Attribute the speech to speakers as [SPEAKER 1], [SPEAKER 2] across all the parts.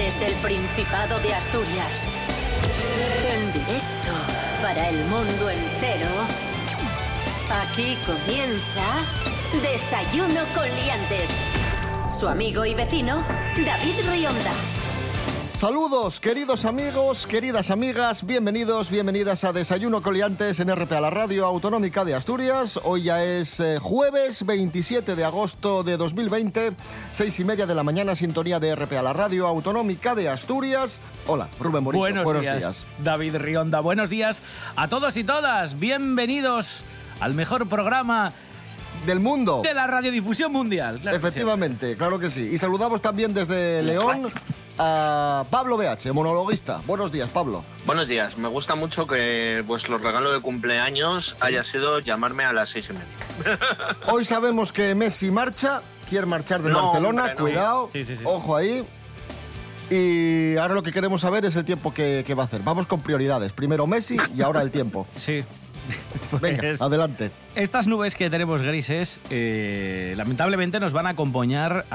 [SPEAKER 1] desde el Principado de Asturias. En directo para el mundo entero. Aquí comienza Desayuno con Liantes. Su amigo y vecino, David Rionda.
[SPEAKER 2] Saludos, queridos amigos, queridas amigas, bienvenidos, bienvenidas a Desayuno con Liantes en RPA, la radio autonómica de Asturias. Hoy ya es jueves 27 de agosto de 2020, 6:30 de la mañana, sintonía de RPA, la radio autonómica de Asturias. Hola, Rubén Morillo, buenos días.
[SPEAKER 3] David Rionda, buenos días a todos y todas. Bienvenidos al mejor programa
[SPEAKER 2] del mundo,
[SPEAKER 3] de la radiodifusión mundial.
[SPEAKER 2] Claro, efectivamente, claro que sí. Y saludamos también desde León a Pablo BH, monologuista. Buenos días, Pablo.
[SPEAKER 4] Buenos días. Me gusta mucho que vuestro regalo de cumpleaños haya sido llamarme a las 6:30.
[SPEAKER 2] Hoy sabemos que Messi quiere marchar de Barcelona. Hombre, cuidado, sí. Ojo ahí. Y ahora lo que queremos saber es el tiempo que va a hacer. Vamos con prioridades. Primero Messi y ahora el tiempo.
[SPEAKER 3] Sí.
[SPEAKER 2] Pues venga, adelante.
[SPEAKER 3] Estas nubes que tenemos grises, lamentablemente nos van a acompañar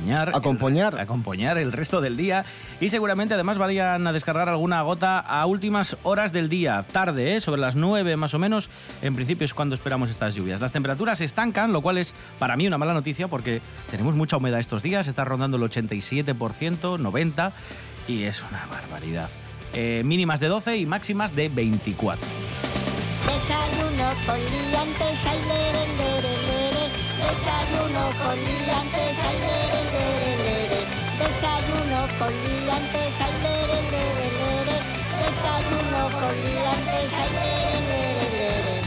[SPEAKER 3] el resto del día, y seguramente además vayan a descargar alguna gota a últimas horas del día, tarde, sobre las 9 más o menos. En principio es cuando esperamos estas lluvias. Las temperaturas se estancan, lo cual es para mí una mala noticia porque tenemos mucha humedad estos días, está rondando el 87%, 90%, y es una barbaridad. Mínimas de 12 y máximas de 24.
[SPEAKER 5] Desayuno con liantes, ay, lere, lere, lere. Desayuno con liantes, ay, lere, lere, lere. Desayuno con liantes, ay, lere, lere, lere. Desayuno con liantes, ay, lere, lere, lere.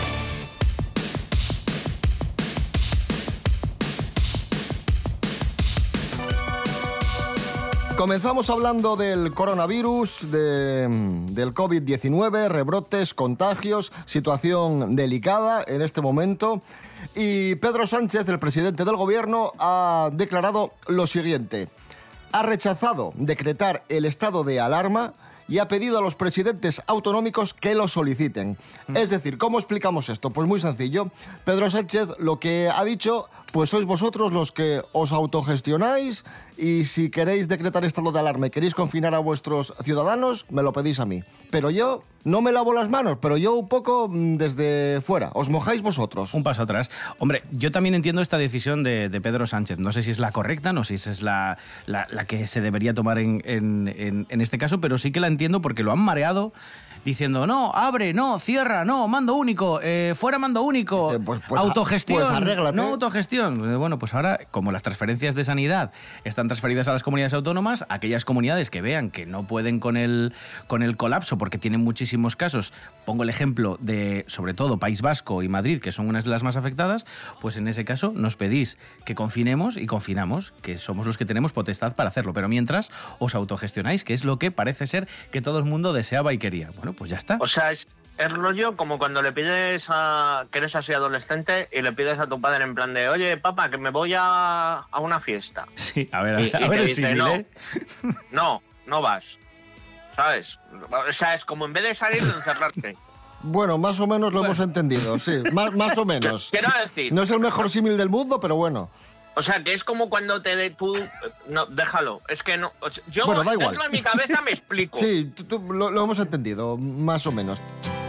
[SPEAKER 2] Comenzamos hablando del coronavirus, del COVID-19, rebrotes, contagios, situación delicada en este momento. Y Pedro Sánchez, el presidente del gobierno, ha declarado lo siguiente. Ha rechazado decretar el estado de alarma y ha pedido a los presidentes autonómicos que lo soliciten. Es decir, ¿cómo explicamos esto? Pues muy sencillo. Pedro Sánchez lo que ha dicho, pues sois vosotros los que os autogestionáis, y si queréis decretar estado de alarma y queréis confinar a vuestros ciudadanos, me lo pedís a mí. Pero yo no me lavo las manos, pero yo un poco desde fuera. Os mojáis vosotros.
[SPEAKER 3] Un paso atrás. Hombre, yo también entiendo esta decisión de Pedro Sánchez. No sé si es la correcta, no sé si es la que se debería tomar en este caso, pero sí que la entiendo porque lo han mareado diciendo, no, abre, no, cierra, no, mando único, fuera mando único,
[SPEAKER 2] pues,
[SPEAKER 3] autogestión,
[SPEAKER 2] pues arréglate.
[SPEAKER 3] No autogestión. Bueno, pues ahora, como las transferencias de sanidad están transferidas a las comunidades autónomas, aquellas comunidades que vean que no pueden con el colapso porque tienen muchísimos casos, pongo el ejemplo de, sobre todo, País Vasco y Madrid, que son unas de las más afectadas, pues en ese caso nos pedís que confinemos y confinamos, que somos los que tenemos potestad para hacerlo, pero mientras os autogestionáis, que es lo que parece ser que todo el mundo deseaba y quería. Bueno, pues ya está.
[SPEAKER 4] O sea, es rollo como cuando le pides que eres así adolescente y le pides a tu padre en plan de, oye, papá, que me voy a una fiesta.
[SPEAKER 3] Sí, a ver el símil,
[SPEAKER 4] no vas, ¿sabes? O sea, es como en vez de salir, de encerrarte.
[SPEAKER 2] Bueno, más o menos lo hemos entendido, sí, más o menos.
[SPEAKER 4] Quiero decir...
[SPEAKER 2] No es el mejor símil del mundo, pero bueno.
[SPEAKER 4] O sea, que es como cuando tú... No, déjalo. Es que no... Yo,
[SPEAKER 2] bueno, da igual.
[SPEAKER 4] Dentro de mi cabeza me explico.
[SPEAKER 2] Sí, lo hemos entendido, más o menos.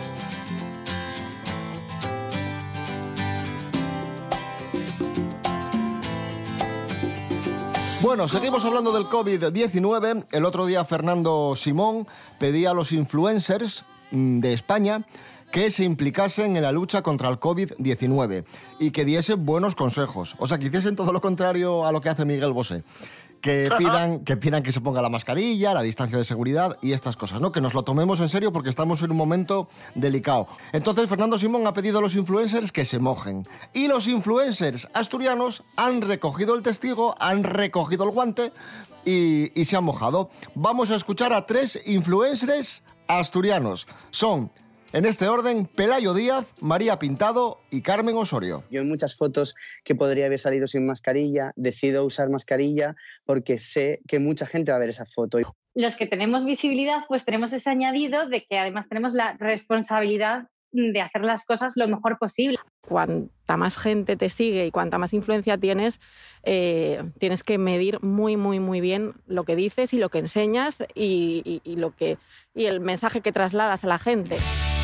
[SPEAKER 2] Bueno, seguimos hablando del COVID-19. El otro día Fernando Simón pedía a los influencers de España que se implicasen en la lucha contra el COVID-19 y que diesen buenos consejos. O sea, que hiciesen todo lo contrario a lo que hace Miguel Bosé. Que pidan que se ponga la mascarilla, la distancia de seguridad y estas cosas, ¿no? Que nos lo tomemos en serio porque estamos en un momento delicado. Entonces, Fernando Simón ha pedido a los influencers que se mojen. Y los influencers asturianos han recogido el testigo, han recogido el guante y se han mojado. Vamos a escuchar a 3 influencers asturianos. Son, en este orden, Pelayo Díaz, María Pintado y Carmen Osorio.
[SPEAKER 6] Yo en muchas fotos que podría haber salido sin mascarilla, decido usar mascarilla porque sé que mucha gente va a ver esa foto.
[SPEAKER 7] Los que tenemos visibilidad, pues tenemos ese añadido de que además tenemos la responsabilidad de hacer las cosas lo mejor posible.
[SPEAKER 8] Cuanta más gente te sigue y cuanta más influencia tienes, tienes que medir muy, muy, muy bien lo que dices y lo que enseñas y el mensaje que trasladas a la gente.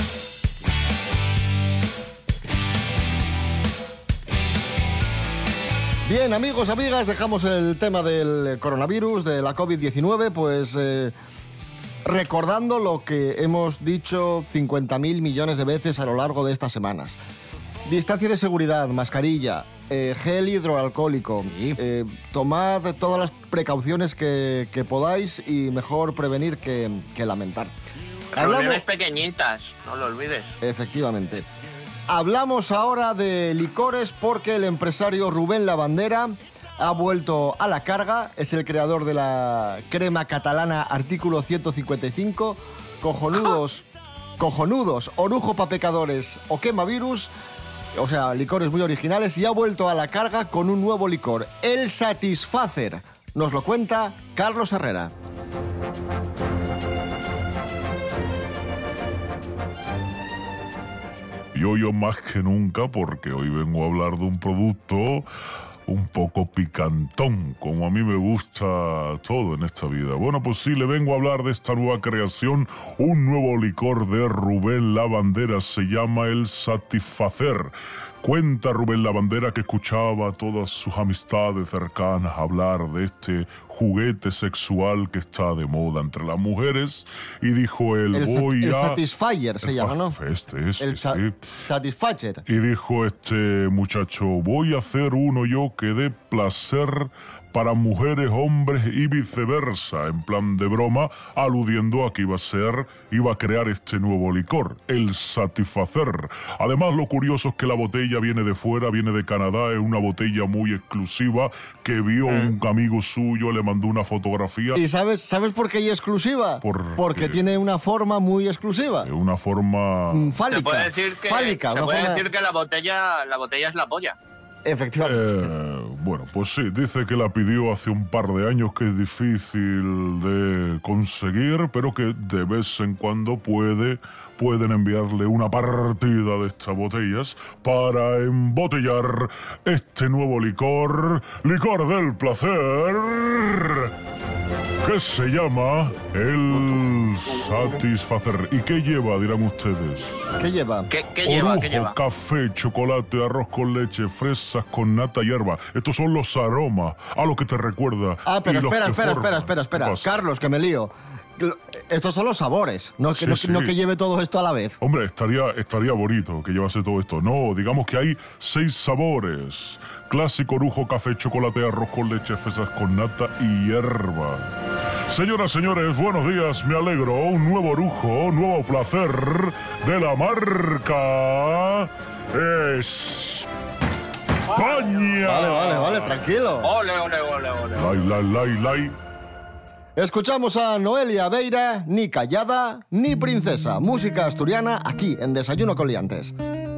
[SPEAKER 2] Bien, amigos, amigas, dejamos el tema del coronavirus, de la COVID-19, pues recordando lo que hemos dicho 50.000 millones de veces a lo largo de estas semanas. Distancia de seguridad, mascarilla, gel hidroalcohólico.
[SPEAKER 3] Sí.
[SPEAKER 2] Tomad todas las precauciones que podáis y mejor prevenir que lamentar.
[SPEAKER 4] Reuniones pequeñitas, no lo olvides.
[SPEAKER 2] Efectivamente. Hablamos ahora de licores porque el empresario Rubén Lavandera ha vuelto a la carga. Es el creador de la crema catalana Artículo 155. Cojonudos, orujo pa' pecadores o quemavirus. O sea, licores muy originales. Y ha vuelto a la carga con un nuevo licor, el Satisfacer. Nos lo cuenta Carlos Herrera.
[SPEAKER 9] Y hoy más que nunca, porque hoy vengo a hablar de un producto un poco picantón, como a mí me gusta todo en esta vida. Bueno, pues sí, le vengo a hablar de esta nueva creación, un nuevo licor de Rubén Lavandera, se llama el Satisfacer. Cuenta Rubén Lavandera que escuchaba a todas sus amistades cercanas hablar de este juguete sexual que está de moda entre las mujeres y dijo él,
[SPEAKER 2] el Satisfyer se llama, ¿no? Satisfyer.
[SPEAKER 9] Y dijo este muchacho, voy a hacer uno yo que dé placer para mujeres, hombres y viceversa, en plan de broma, aludiendo a que iba a crear este nuevo licor, el Satisfacer. Además, lo curioso es que la botella viene de fuera, viene de Canadá, es una botella muy exclusiva que vio un amigo suyo, le mandó una fotografía.
[SPEAKER 2] ¿Y sabes por qué es exclusiva? Porque tiene una forma muy exclusiva.
[SPEAKER 9] Una forma
[SPEAKER 2] fálica.
[SPEAKER 4] Se puede decir que la botella es la polla.
[SPEAKER 2] Efectivamente.
[SPEAKER 9] Bueno, pues sí, dice que la pidió hace un par de años, que es difícil de conseguir, pero que de vez en cuando pueden enviarle una partida de estas botellas para embotellar este nuevo licor del placer, que se llama el Satisfacer. ¿Y qué lleva, dirán ustedes?
[SPEAKER 2] ¿Qué lleva?
[SPEAKER 4] ¿Qué lleva?
[SPEAKER 9] Orujo, café, chocolate, arroz con leche, fresas con nata y hierba. Estos son los aromas a lo que te recuerda.
[SPEAKER 2] Pero espera. Carlos, que me lío. Estos son los sabores, no que lleve todo esto a la vez.
[SPEAKER 9] Hombre, estaría bonito que llevase todo esto. No, digamos que hay 6 sabores. Clásico, orujo, café, chocolate, arroz con leche, fresas con nata y hierba. Señoras, señores, buenos días, me alegro. Un nuevo orujo, nuevo placer de la marca España.
[SPEAKER 2] Vale, tranquilo.
[SPEAKER 4] Ole.
[SPEAKER 9] Lai.
[SPEAKER 2] Escuchamos a Noelia Beira, ni callada ni princesa. Música asturiana aquí en Desayuno con Liantes.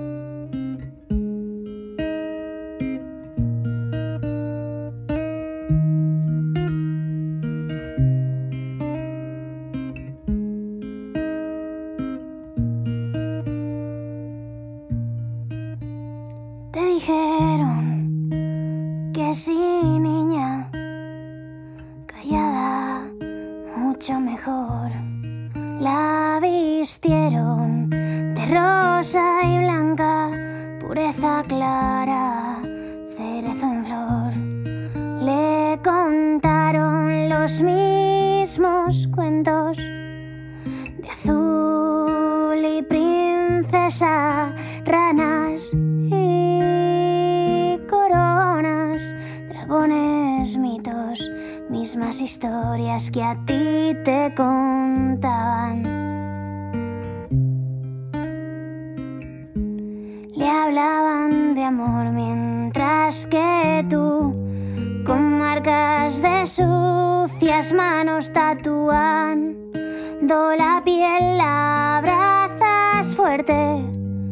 [SPEAKER 10] Te dijeron que sí, niña, callada, mucho mejor. La vistieron de rosa y blanca, pureza clara, cerezo en flor. Le contaron los mismos cuentos de azul y princesa, ranas y coronas, dragones, mitos, mismas historias que a ti te contaban. Le hablaban de amor mientras que tú, con marcas de sucias manos, tatuando la piel, la abrazas fuerte,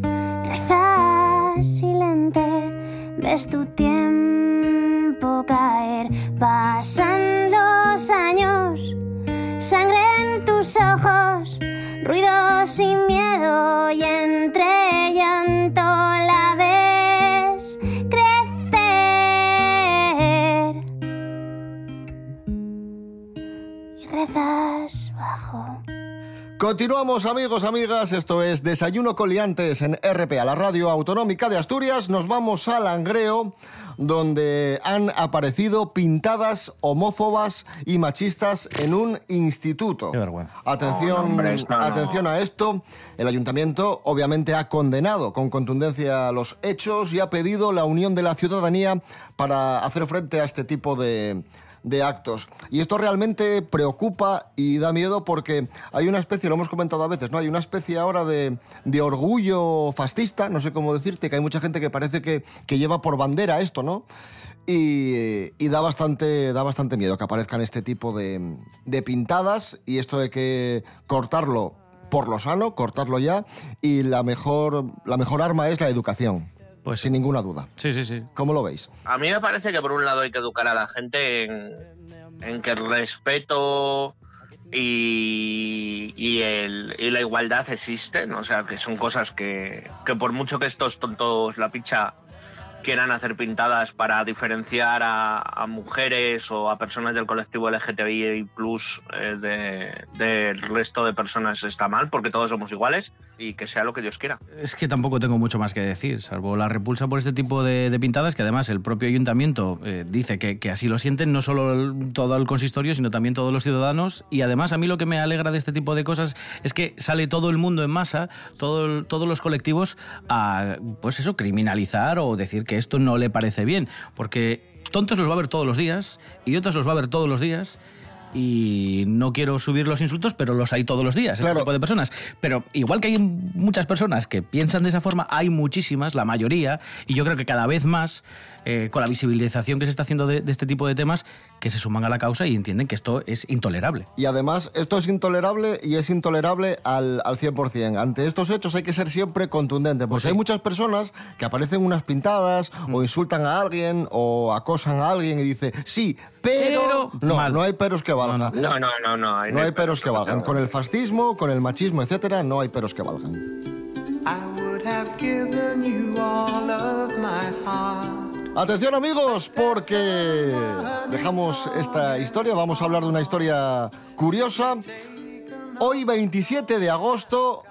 [SPEAKER 10] rezas silente, ves tu tiempo caer, pasan los años, sangre en tus ojos, ruido sin miedo, y entre
[SPEAKER 2] Continuamos, amigos, amigas. Esto es Desayuno con Liantes en RPA, la radio autonómica de Asturias. Nos vamos a Langreo, donde han aparecido pintadas homófobas y machistas en un instituto.
[SPEAKER 3] Qué vergüenza.
[SPEAKER 2] Atención a esto. El ayuntamiento obviamente ha condenado con contundencia los hechos y ha pedido la unión de la ciudadanía para hacer frente a este tipo de actos. Y esto realmente preocupa y da miedo porque hay una especie, lo hemos comentado a veces, ¿no? Hay una especie ahora de orgullo fascista, no sé cómo decirte, que hay mucha gente que parece que lleva por bandera esto, ¿no? Y da bastante miedo que aparezcan este tipo de pintadas, y esto de que cortarlo por lo sano, cortarlo ya, y la mejor arma es la educación. Pues sin ninguna duda.
[SPEAKER 3] Sí, sí, sí.
[SPEAKER 2] ¿Cómo lo veis?
[SPEAKER 4] A mí me parece que por un lado hay que educar a la gente en que el respeto y la igualdad existen, o sea, que son cosas que por mucho que estos tontos la picha quieran hacer pintadas para diferenciar a mujeres o a personas del colectivo LGTBI plus del resto de personas, está mal, porque todos somos iguales, y que sea lo que Dios quiera.
[SPEAKER 3] Es que tampoco tengo mucho más que decir, salvo la repulsa por este tipo de pintadas, que además el propio ayuntamiento dice que así lo sienten, no solo todo el consistorio, sino también todos los ciudadanos. Y además a mí lo que me alegra de este tipo de cosas es que sale todo el mundo en masa, todos los colectivos, a, pues eso, criminalizar o decir que esto no le parece bien, porque tontos los va a ver todos los días, idiotas los va a ver todos los días, y no quiero subir los insultos, pero los hay todos los días, claro, este tipo de personas. Pero igual que hay muchas personas que piensan de esa forma, hay muchísimas, la mayoría, y yo creo que cada vez más, con la visibilización que se está haciendo de este tipo de temas, que se suman a la causa y entienden que esto es intolerable.
[SPEAKER 2] Y además, esto es intolerable, y es intolerable al 100%. Ante estos hechos hay que ser siempre contundente, porque hay muchas personas que aparecen unas pintadas, o insultan a alguien, o acosan a alguien, y dice, sí, pero no hay peros que valgan.
[SPEAKER 4] No
[SPEAKER 2] hay peros que valgan. Con el fascismo, con el machismo, etcétera, no hay peros que valgan.
[SPEAKER 11] I would have given you all of my heart.
[SPEAKER 2] Atención, amigos, porque dejamos esta historia, vamos a hablar de una historia curiosa. Hoy, 27 de agosto,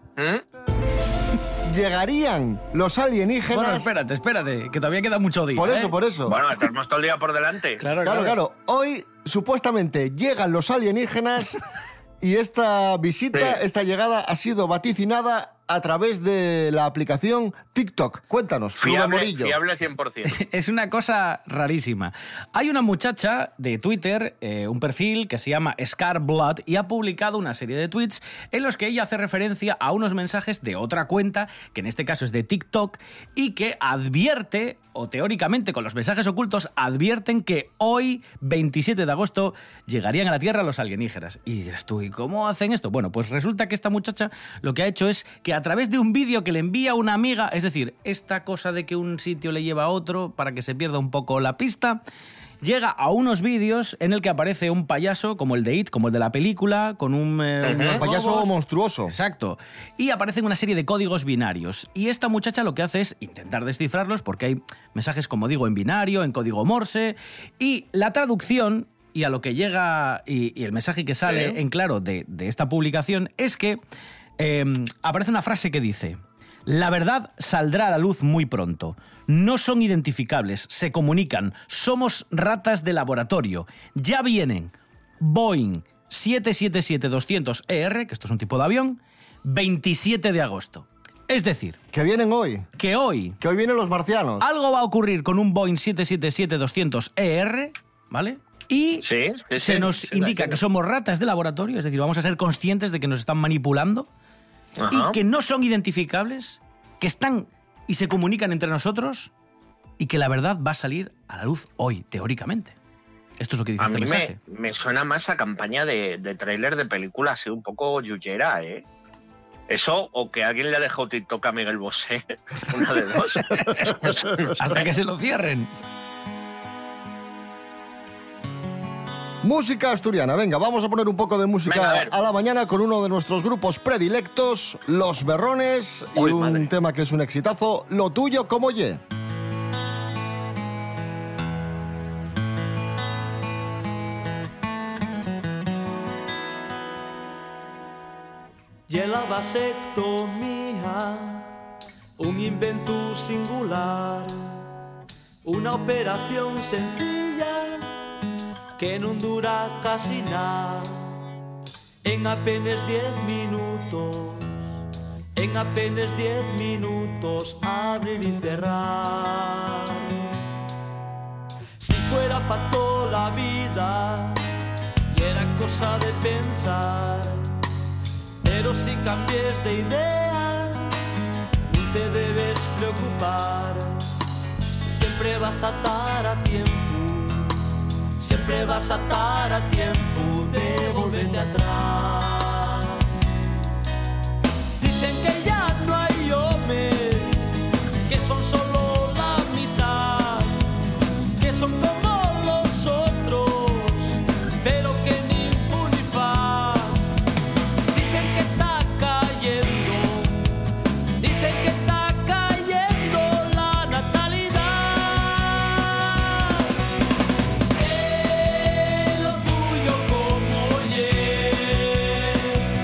[SPEAKER 2] llegarían los alienígenas...
[SPEAKER 3] Bueno, espérate, que todavía queda mucho día.
[SPEAKER 2] Por eso.
[SPEAKER 4] Bueno, tenemos todo el día por delante.
[SPEAKER 2] Claro. Hoy, supuestamente, llegan los alienígenas y esta visita, esta llegada, ha sido vaticinada a través de la aplicación TikTok. Cuéntanos,
[SPEAKER 4] fiable 100%.
[SPEAKER 3] Es una cosa rarísima. Hay una muchacha de Twitter, un perfil que se llama Scar Blood, y ha publicado una serie de tweets en los que ella hace referencia a unos mensajes de otra cuenta, que en este caso es de TikTok, y que advierte, o teóricamente con los mensajes ocultos, advierten que hoy, 27 de agosto, llegarían a la Tierra los alienígenas. Y dirás tú, ¿y cómo hacen esto? Bueno, pues resulta que esta muchacha lo que ha hecho es que a través de un vídeo que le envía una amiga, es decir, esta cosa de que un sitio le lleva a otro para que se pierda un poco la pista, llega a unos vídeos en el que aparece un payaso, como el de It, como el de la película, con un
[SPEAKER 2] payaso monstruoso.
[SPEAKER 3] Exacto. Y aparecen una serie de códigos binarios. Y esta muchacha lo que hace es intentar descifrarlos, porque hay mensajes, como digo, en binario, en código Morse, y la traducción y a lo que llega y el mensaje que sale en claro de esta publicación es que aparece una frase que dice: la verdad saldrá a la luz muy pronto. No son identificables, se comunican, somos ratas de laboratorio. Ya vienen. Boeing 777-200ER, que esto es un tipo de avión, 27 de agosto. Es decir...
[SPEAKER 2] Que vienen hoy.
[SPEAKER 3] Que hoy
[SPEAKER 2] vienen los marcianos.
[SPEAKER 3] Algo va a ocurrir con un Boeing 777-200ER, ¿vale? Y se nos indica que somos ratas de laboratorio, es decir, vamos a ser conscientes de que nos están manipulando. Ajá. Y que no son identificables, que están y se comunican entre nosotros, y que la verdad va a salir a la luz hoy, teóricamente. Esto es lo que dice este mensaje.
[SPEAKER 4] Me suena más a campaña de tráiler de película, así un poco yuyera, ¿eh? Eso, o que alguien le ha dejado TikTok a Miguel Bosé, una de dos.
[SPEAKER 3] Hasta que se lo cierren.
[SPEAKER 2] Música asturiana. Venga, vamos a poner un poco de música a la mañana con uno de nuestros grupos predilectos, Los Berrones, y un tema que es un exitazo, Lo tuyo como ye.
[SPEAKER 12] e la vasectomía, un invento singular, una operación sencilla que non dura casi nada. En apenas 10 minutos, en apenas 10 minutos, abrir y cerrar. Si fuera para toda la vida, y era cosa de pensar, pero si cambies de idea, no te debes preocupar. Siempre vas a estar a tiempo, siempre vas a estar a tiempo de volverte atrás. Dicen que ya no hay hombres, que son solo la mitad, que son como los otros, pero que ni fu ni fa. Dicen que está cayendo, dicen que está cayendo la natalidad. Lo tuyo como oye,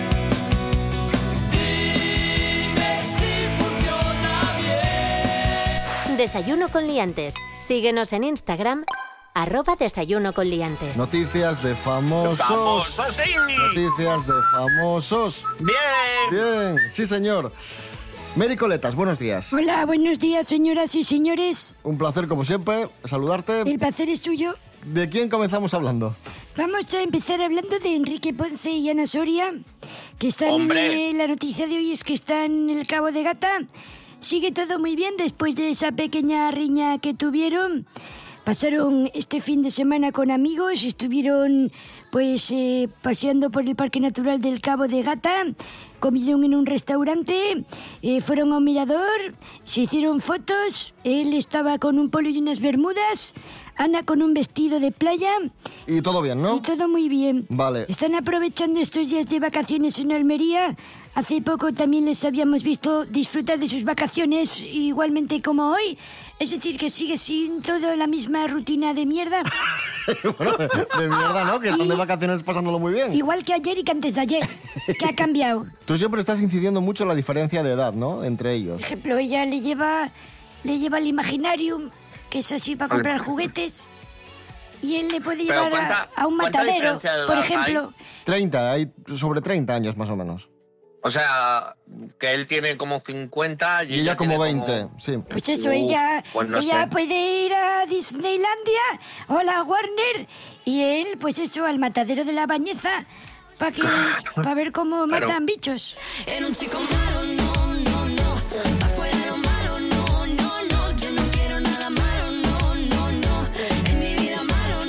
[SPEAKER 12] dime si funciona bien.
[SPEAKER 1] Desayuno con liantes. Síguenos en Instagram, @desayuno con liantes.
[SPEAKER 2] Noticias de famosos. Noticias de famosos. Bien, sí señor. Mary Coletas, buenos días.
[SPEAKER 13] Hola, buenos días, señoras y señores.
[SPEAKER 2] Un placer, como siempre, saludarte.
[SPEAKER 13] El placer es suyo.
[SPEAKER 2] ¿De quién comenzamos hablando?
[SPEAKER 13] Vamos a empezar hablando de Enrique Ponce y Ana Soria, que están la noticia de hoy es que están en el Cabo de Gata. Sigue todo muy bien después de esa pequeña riña que tuvieron. Pasaron este fin de semana con amigos, estuvieron pues paseando por el Parque Natural del Cabo de Gata, comieron en un restaurante, fueron a un mirador, se hicieron fotos, él estaba con un polo y unas bermudas, Ana con un vestido de playa.
[SPEAKER 2] Y todo bien, ¿no?
[SPEAKER 13] Y todo muy bien.
[SPEAKER 2] Vale.
[SPEAKER 13] Están aprovechando estos días de vacaciones en Almería. Hace poco también les habíamos visto disfrutar de sus vacaciones igualmente como hoy. Es decir, que sigue sin todo la misma rutina de mierda.
[SPEAKER 2] Bueno, de mierda, ¿no? Que están de vacaciones pasándolo muy bien.
[SPEAKER 13] Igual que ayer y que antes de ayer. ¿Qué ha cambiado?
[SPEAKER 2] Tú siempre estás incidiendo mucho en la diferencia de edad, ¿no? Entre ellos.
[SPEAKER 13] Por ejemplo, ella le lleva el Imaginarium, que es así para comprar juguetes. Y él le puede llevar a un matadero, por ejemplo.
[SPEAKER 2] 30, hay sobre 30 años más o menos.
[SPEAKER 4] O sea, que él tiene como 50
[SPEAKER 2] y ella como 20, sí.
[SPEAKER 13] Pues eso, ella puede ir a Disneylandia o a la Warner y él, pues eso, al matadero de la Bañeza para ver cómo matan bichos.
[SPEAKER 14] En un chico malo, no, afuera lo malo, no, yo no quiero nada malo, no, en mi vida malo,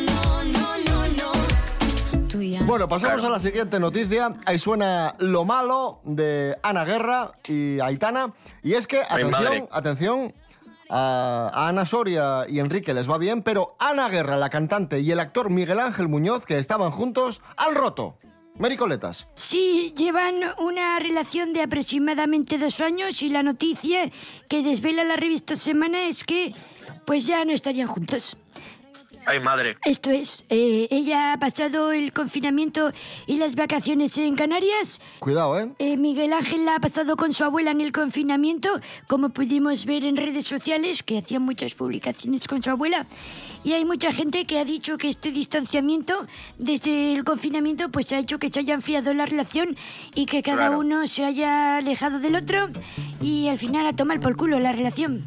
[SPEAKER 14] no.
[SPEAKER 2] Bueno, pasamos a la siguiente noticia. Ahí suena Lo malo de Ana Guerra y Aitana. Y es que, atención, a Ana Soria y Enrique les va bien, pero Ana Guerra, la cantante, y el actor Miguel Ángel Muñoz, que estaban juntos, han roto. Mary Coletas.
[SPEAKER 13] Sí, llevan una relación de aproximadamente 2 años y la noticia que desvela la revista Semana es que pues ya no estarían juntos.
[SPEAKER 4] ¡Ay, madre!
[SPEAKER 13] Esto es, ella ha pasado el confinamiento y las vacaciones en Canarias.
[SPEAKER 2] Cuidado, ¿eh?
[SPEAKER 13] Miguel Ángel la ha pasado con su abuela en el confinamiento, como pudimos ver en redes sociales, que hacían muchas publicaciones con su abuela. Y hay mucha gente que ha dicho que este distanciamiento desde el confinamiento pues ha hecho que se haya enfriado la relación y que cada uno se haya alejado del otro y al final a tomar por culo la relación.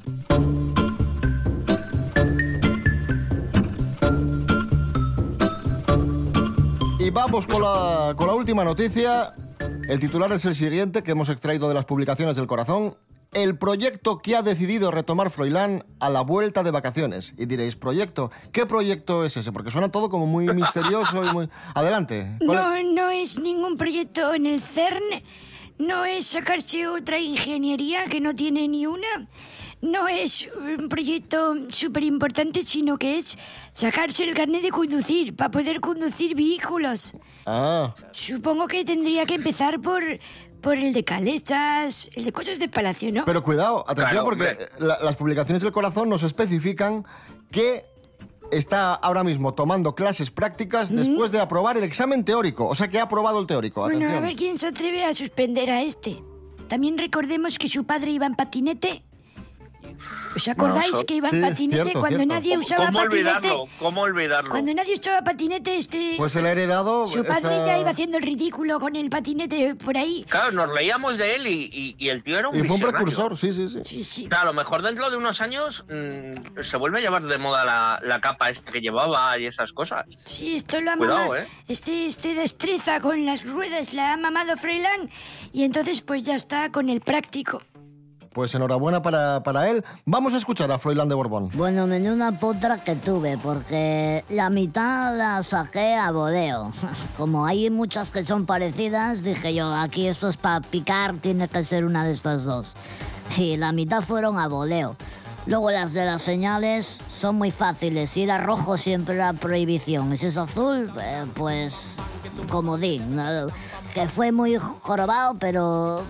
[SPEAKER 2] Y vamos con la última noticia. El titular es el siguiente, que hemos extraído de las publicaciones del Corazón. El proyecto que ha decidido retomar Froilán a la vuelta de vacaciones. Y diréis, ¿proyecto? ¿Qué proyecto es ese? Porque suena todo como muy misterioso y muy... Adelante.
[SPEAKER 13] No es ningún proyecto en el CERN. No es sacarse otra ingeniería que no tiene ni una. No es un proyecto súper importante, sino que es sacarse el carnet de conducir para poder conducir vehículos.
[SPEAKER 2] Ah.
[SPEAKER 13] Supongo que tendría que empezar por el de Calesas, el de cosas de Palacio, ¿no?
[SPEAKER 2] Pero cuidado, atención, porque las publicaciones del Corazón nos especifican que está ahora mismo tomando clases prácticas después de aprobar el examen teórico. O sea que ha aprobado el teórico.
[SPEAKER 13] Bueno,
[SPEAKER 2] Atención.
[SPEAKER 13] a ver quién se atreve a suspender a este. También recordemos que su padre iba en patinete. ¿Os acordáis que iba en patinete
[SPEAKER 2] cierto,
[SPEAKER 13] cuando
[SPEAKER 2] cierto.
[SPEAKER 13] nadie usaba
[SPEAKER 4] ¿Cómo
[SPEAKER 13] patinete?
[SPEAKER 4] olvidarlo? ¿Cómo olvidarlo?
[SPEAKER 13] Cuando nadie usaba patinete,
[SPEAKER 2] Pues se le ha heredado...
[SPEAKER 13] su padre
[SPEAKER 2] esa-
[SPEAKER 13] ya iba haciendo el ridículo con el patinete por ahí.
[SPEAKER 4] Claro, nos leíamos de él y el tío era un
[SPEAKER 2] Y fue un
[SPEAKER 4] visionario.
[SPEAKER 2] precursor, sí.
[SPEAKER 13] Sí.
[SPEAKER 4] Claro, a lo mejor dentro de unos años se vuelve a llevar de moda la capa esta que llevaba y esas cosas.
[SPEAKER 13] Sí, esto lo ha
[SPEAKER 4] Cuidado,
[SPEAKER 13] mamado. Este destreza con las ruedas la ha mamado Froilán y entonces pues ya está con el práctico.
[SPEAKER 2] Pues enhorabuena para él. Vamos a escuchar a Froilán de Borbón.
[SPEAKER 15] Bueno, menuda potra que tuve, porque la mitad la saqué a voleo. Como hay muchas que son parecidas, dije yo, aquí esto es para picar, tiene que ser una de estas dos. Y la mitad fueron a voleo. Luego las de las señales son muy fáciles. Si era rojo siempre era prohibición. Y si es azul, pues comodín. Que fue muy jorobado, pero...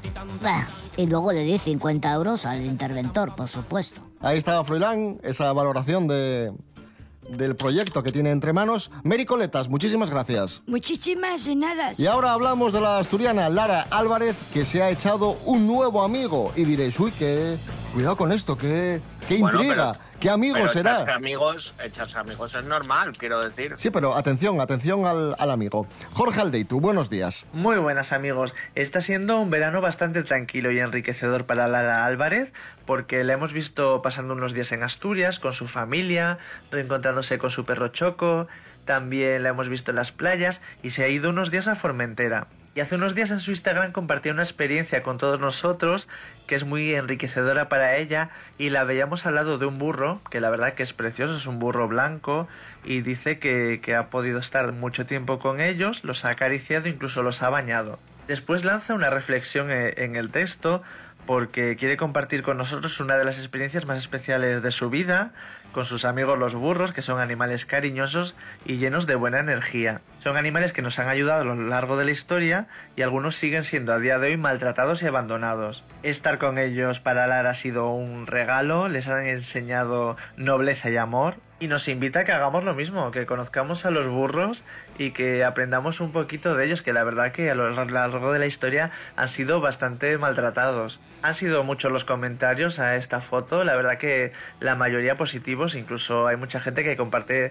[SPEAKER 15] Y luego le di 50 euros al interventor, por supuesto.
[SPEAKER 2] Ahí está Froilán, esa valoración del proyecto que tiene entre manos. Mary Coletas, muchísimas gracias.
[SPEAKER 13] Muchísimas de nada.
[SPEAKER 2] Y ahora hablamos de la asturiana Lara Álvarez, que se ha echado un nuevo amigo. Y diréis, uy, cuidado con esto, qué
[SPEAKER 4] Bueno,
[SPEAKER 2] intriga, qué amigo
[SPEAKER 4] pero
[SPEAKER 2] será.
[SPEAKER 4] echarse amigos es normal, quiero decir.
[SPEAKER 2] Sí, pero atención al amigo. Jorge Aldeitu, buenos días.
[SPEAKER 16] Muy buenas amigos. Está siendo un verano bastante tranquilo y enriquecedor para Lara Álvarez porque la hemos visto pasando unos días en Asturias con su familia, reencontrándose con su perro Choco, también la hemos visto en las playas y se ha ido unos días a Formentera. Y hace unos días en su Instagram compartió una experiencia con todos nosotros que es muy enriquecedora para ella y la veíamos al lado de un burro, que la verdad que es precioso, es un burro blanco y dice que ha podido estar mucho tiempo con ellos, los ha acariciado, incluso los ha bañado. Después lanza una reflexión en el texto porque quiere compartir con nosotros una de las experiencias más especiales de su vida con sus amigos los burros, que son animales cariñosos y llenos de buena energía. Son animales que nos han ayudado a lo largo de la historia y algunos siguen siendo a día de hoy maltratados y abandonados. Estar con ellos para Lara ha sido un regalo, les han enseñado nobleza y amor y nos invita a que hagamos lo mismo, que conozcamos a los burros y que aprendamos un poquito de ellos, que la verdad que a lo largo de la historia han sido bastante maltratados. Han sido muchos los comentarios a esta foto, la verdad que la mayoría positivos, incluso hay mucha gente que comparte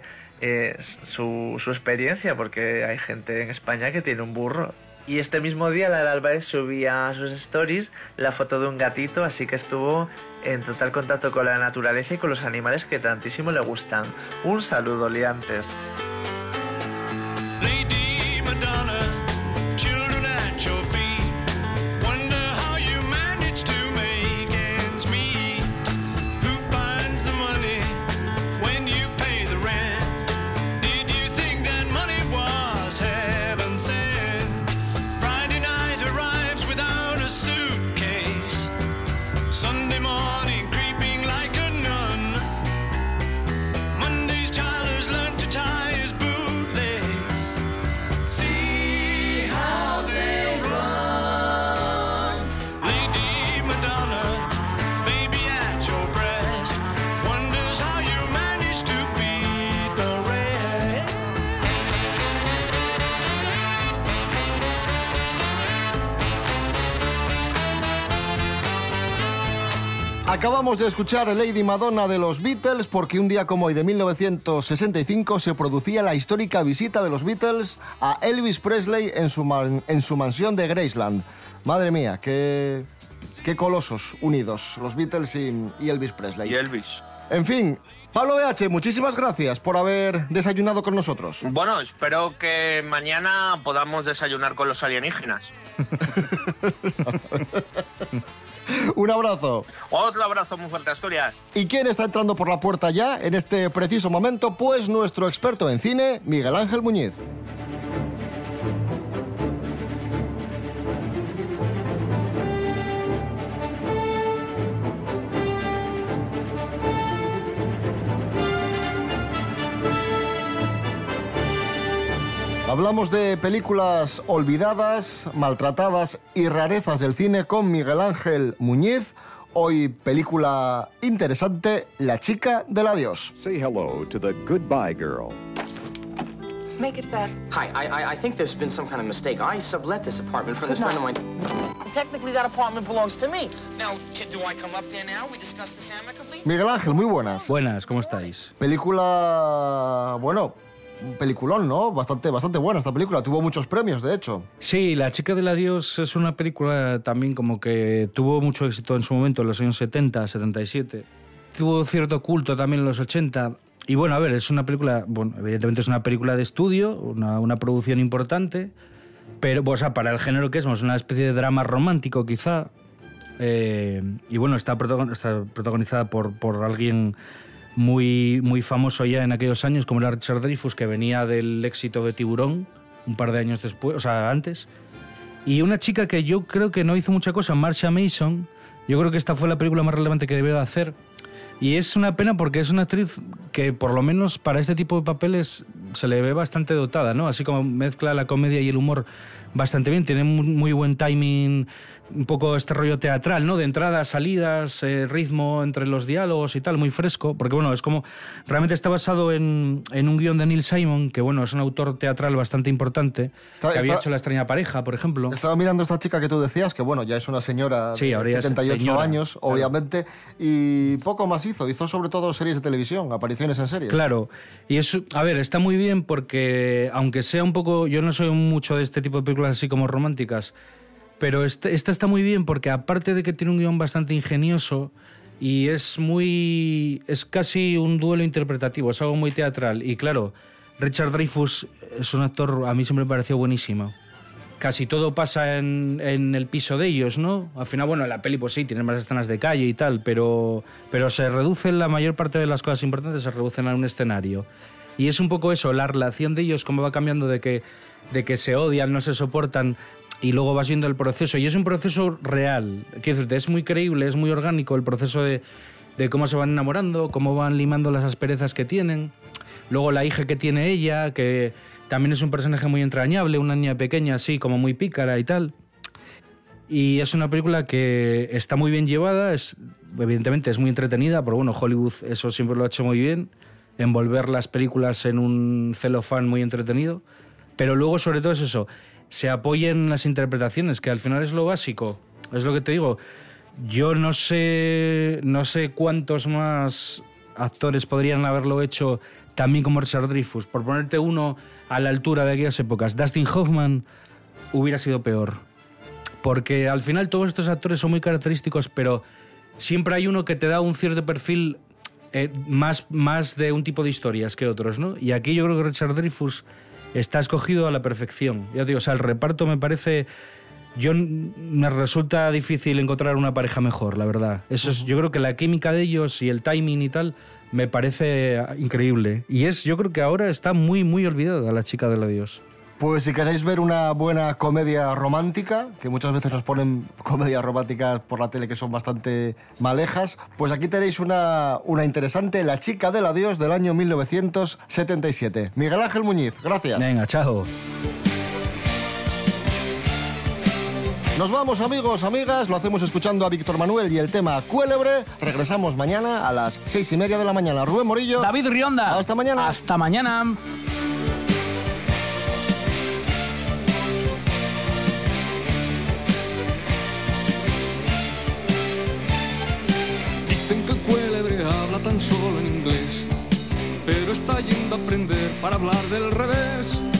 [SPEAKER 16] su experiencia, porque hay gente en España que tiene un burro. Y este mismo día Lara Álvarez subía a sus stories la foto de un gatito, así que estuvo en total contacto con la naturaleza y con los animales que tantísimo le gustan. Un saludo, liantes.
[SPEAKER 12] Lady Madonna, children at your feet. Wonder how you manage to make ends meet. Who finds the money when you pay the rent? Did you think that money was heaven sent? Friday night arrives without a suitcase. Sunday morning creeping like a nun. Monday's child has learned to tie his bootlace. See how they run. Lady Madonna, baby at your breast, wonders how you manage to feed the rest.
[SPEAKER 2] Acabamos de escuchar Lady Madonna de los Beatles porque un día como hoy de 1965 se producía la histórica visita de los Beatles a Elvis Presley en su mansión de Graceland. Madre mía, qué colosos unidos, los Beatles y Elvis Presley.
[SPEAKER 4] Y Elvis.
[SPEAKER 2] En fin, Pablo BH, muchísimas gracias por haber desayunado con nosotros.
[SPEAKER 4] Bueno, espero que mañana podamos desayunar con los alienígenas.
[SPEAKER 2] Un abrazo.
[SPEAKER 4] Otro abrazo muy fuerte, Asturias.
[SPEAKER 2] ¿Y quién está entrando por la puerta ya en este preciso momento? Pues nuestro experto en cine, Miguel Ángel Muñiz. Hablamos de películas olvidadas, maltratadas y rarezas del cine con Miguel Ángel Muñiz. Hoy película interesante, La chica del adiós.
[SPEAKER 17] Say hello to the goodbye girl.
[SPEAKER 18] Make it fast. Hi, I think there's been some kind of mistake. I sublet this apartment from this friend of mine. Technically, that apartment belongs to me. Now, do I come up there now? We discuss this amicably?
[SPEAKER 2] Miguel Ángel, muy buenas.
[SPEAKER 3] Buenas, ¿cómo estáis?
[SPEAKER 2] Película... bueno, un peliculón, ¿no? Bastante buena esta película. Tuvo muchos premios, de hecho.
[SPEAKER 19] Sí, La chica del adiós es una película también como que tuvo mucho éxito en su momento, en los años 70, 77. Tuvo cierto culto también en los 80... Y bueno, a ver, es una película, bueno, evidentemente es una película de estudio, una producción importante, pero, o sea, para el género que es una especie de drama romántico quizá. Y bueno, está protagonizada por alguien muy famoso ya en aquellos años, como era Richard Dreyfuss, que venía del éxito de Tiburón un par de años después, o sea, antes. Y una chica que yo creo que no hizo mucha cosa, Marsha Mason. Yo creo que esta fue la película más relevante que debió de hacer. Y es una pena porque es una actriz que, por lo menos para este tipo de papeles, se le ve bastante dotada, ¿no? Así como mezcla la comedia y el humor bastante bien. Tiene muy buen timing, un poco este rollo teatral, ¿no? De entradas, salidas, ritmo entre los diálogos y tal, muy fresco. Porque, bueno, es como... Realmente está basado en un guión de Neil Simon, que, bueno, es un autor teatral bastante importante, que había hecho La extraña pareja, por ejemplo.
[SPEAKER 2] Estaba mirando esta chica que tú decías, que, bueno, ya es una señora de 78 años, claro, obviamente, y poco más hizo sobre todo series de televisión, apariciones en series.
[SPEAKER 19] Claro, y eso, a ver, está muy bien porque, aunque sea un poco... Yo no soy mucho de este tipo de películas así como románticas, pero esta está muy bien porque, aparte de que tiene un guión bastante ingenioso y es casi un duelo interpretativo, es algo muy teatral. Y claro, Richard Dreyfuss es un actor, a mí siempre me pareció buenísimo. Casi todo pasa en el piso de ellos, ¿no? Al final, bueno, en la peli pues sí, tienen más escenas de calle y tal, pero se reducen, la mayor parte de las cosas importantes se reducen a un escenario. Y es un poco eso, la relación de ellos, cómo va cambiando de que se odian, no se soportan, y luego vas viendo el proceso. Y es un proceso real. Quiero decirte, es muy creíble, es muy orgánico el proceso de cómo se van enamorando, cómo van limando las asperezas que tienen. Luego la hija que tiene ella, que también es un personaje muy entrañable, una niña pequeña así, como muy pícara y tal. Y es una película que está muy bien llevada, evidentemente es muy entretenida, pero bueno, Hollywood eso siempre lo ha hecho muy bien, envolver las películas en un celofán muy entretenido. Pero luego, sobre todo, es eso, se apoya en las interpretaciones, que al final es lo básico. Es lo que te digo. Yo no sé cuántos más actores podrían haberlo hecho también como Richard Dreyfuss. Por ponerte uno a la altura de aquellas épocas, Dustin Hoffman hubiera sido peor. Porque al final todos estos actores son muy característicos, pero siempre hay uno que te da un cierto perfil más de un tipo de historias que otros, ¿no? Y aquí yo creo que Richard Dreyfuss está escogido a la perfección. Ya te digo, o sea, el reparto me parece... me resulta difícil encontrar una pareja mejor, la verdad. Eso es, yo creo que la química de ellos y el timing y tal me parece increíble. Y yo creo que ahora está muy, muy olvidada La chica del adiós.
[SPEAKER 2] Pues si queréis ver una buena comedia romántica, que muchas veces nos ponen comedias románticas por la tele que son bastante malejas, pues aquí tenéis una interesante, La chica del adiós, del año 1977. Miguel Ángel Muñiz, gracias.
[SPEAKER 19] Venga, chao.
[SPEAKER 2] Nos vamos, amigos, amigas, lo hacemos escuchando a Víctor Manuel y el tema Cuélebre. Regresamos mañana a las 6:30 de la mañana. Rubén Morillo.
[SPEAKER 3] David Rionda.
[SPEAKER 2] Hasta mañana.
[SPEAKER 3] Hasta mañana.
[SPEAKER 20] Dicen que el Cuélebre habla tan solo en inglés, pero está yendo a aprender para hablar del revés.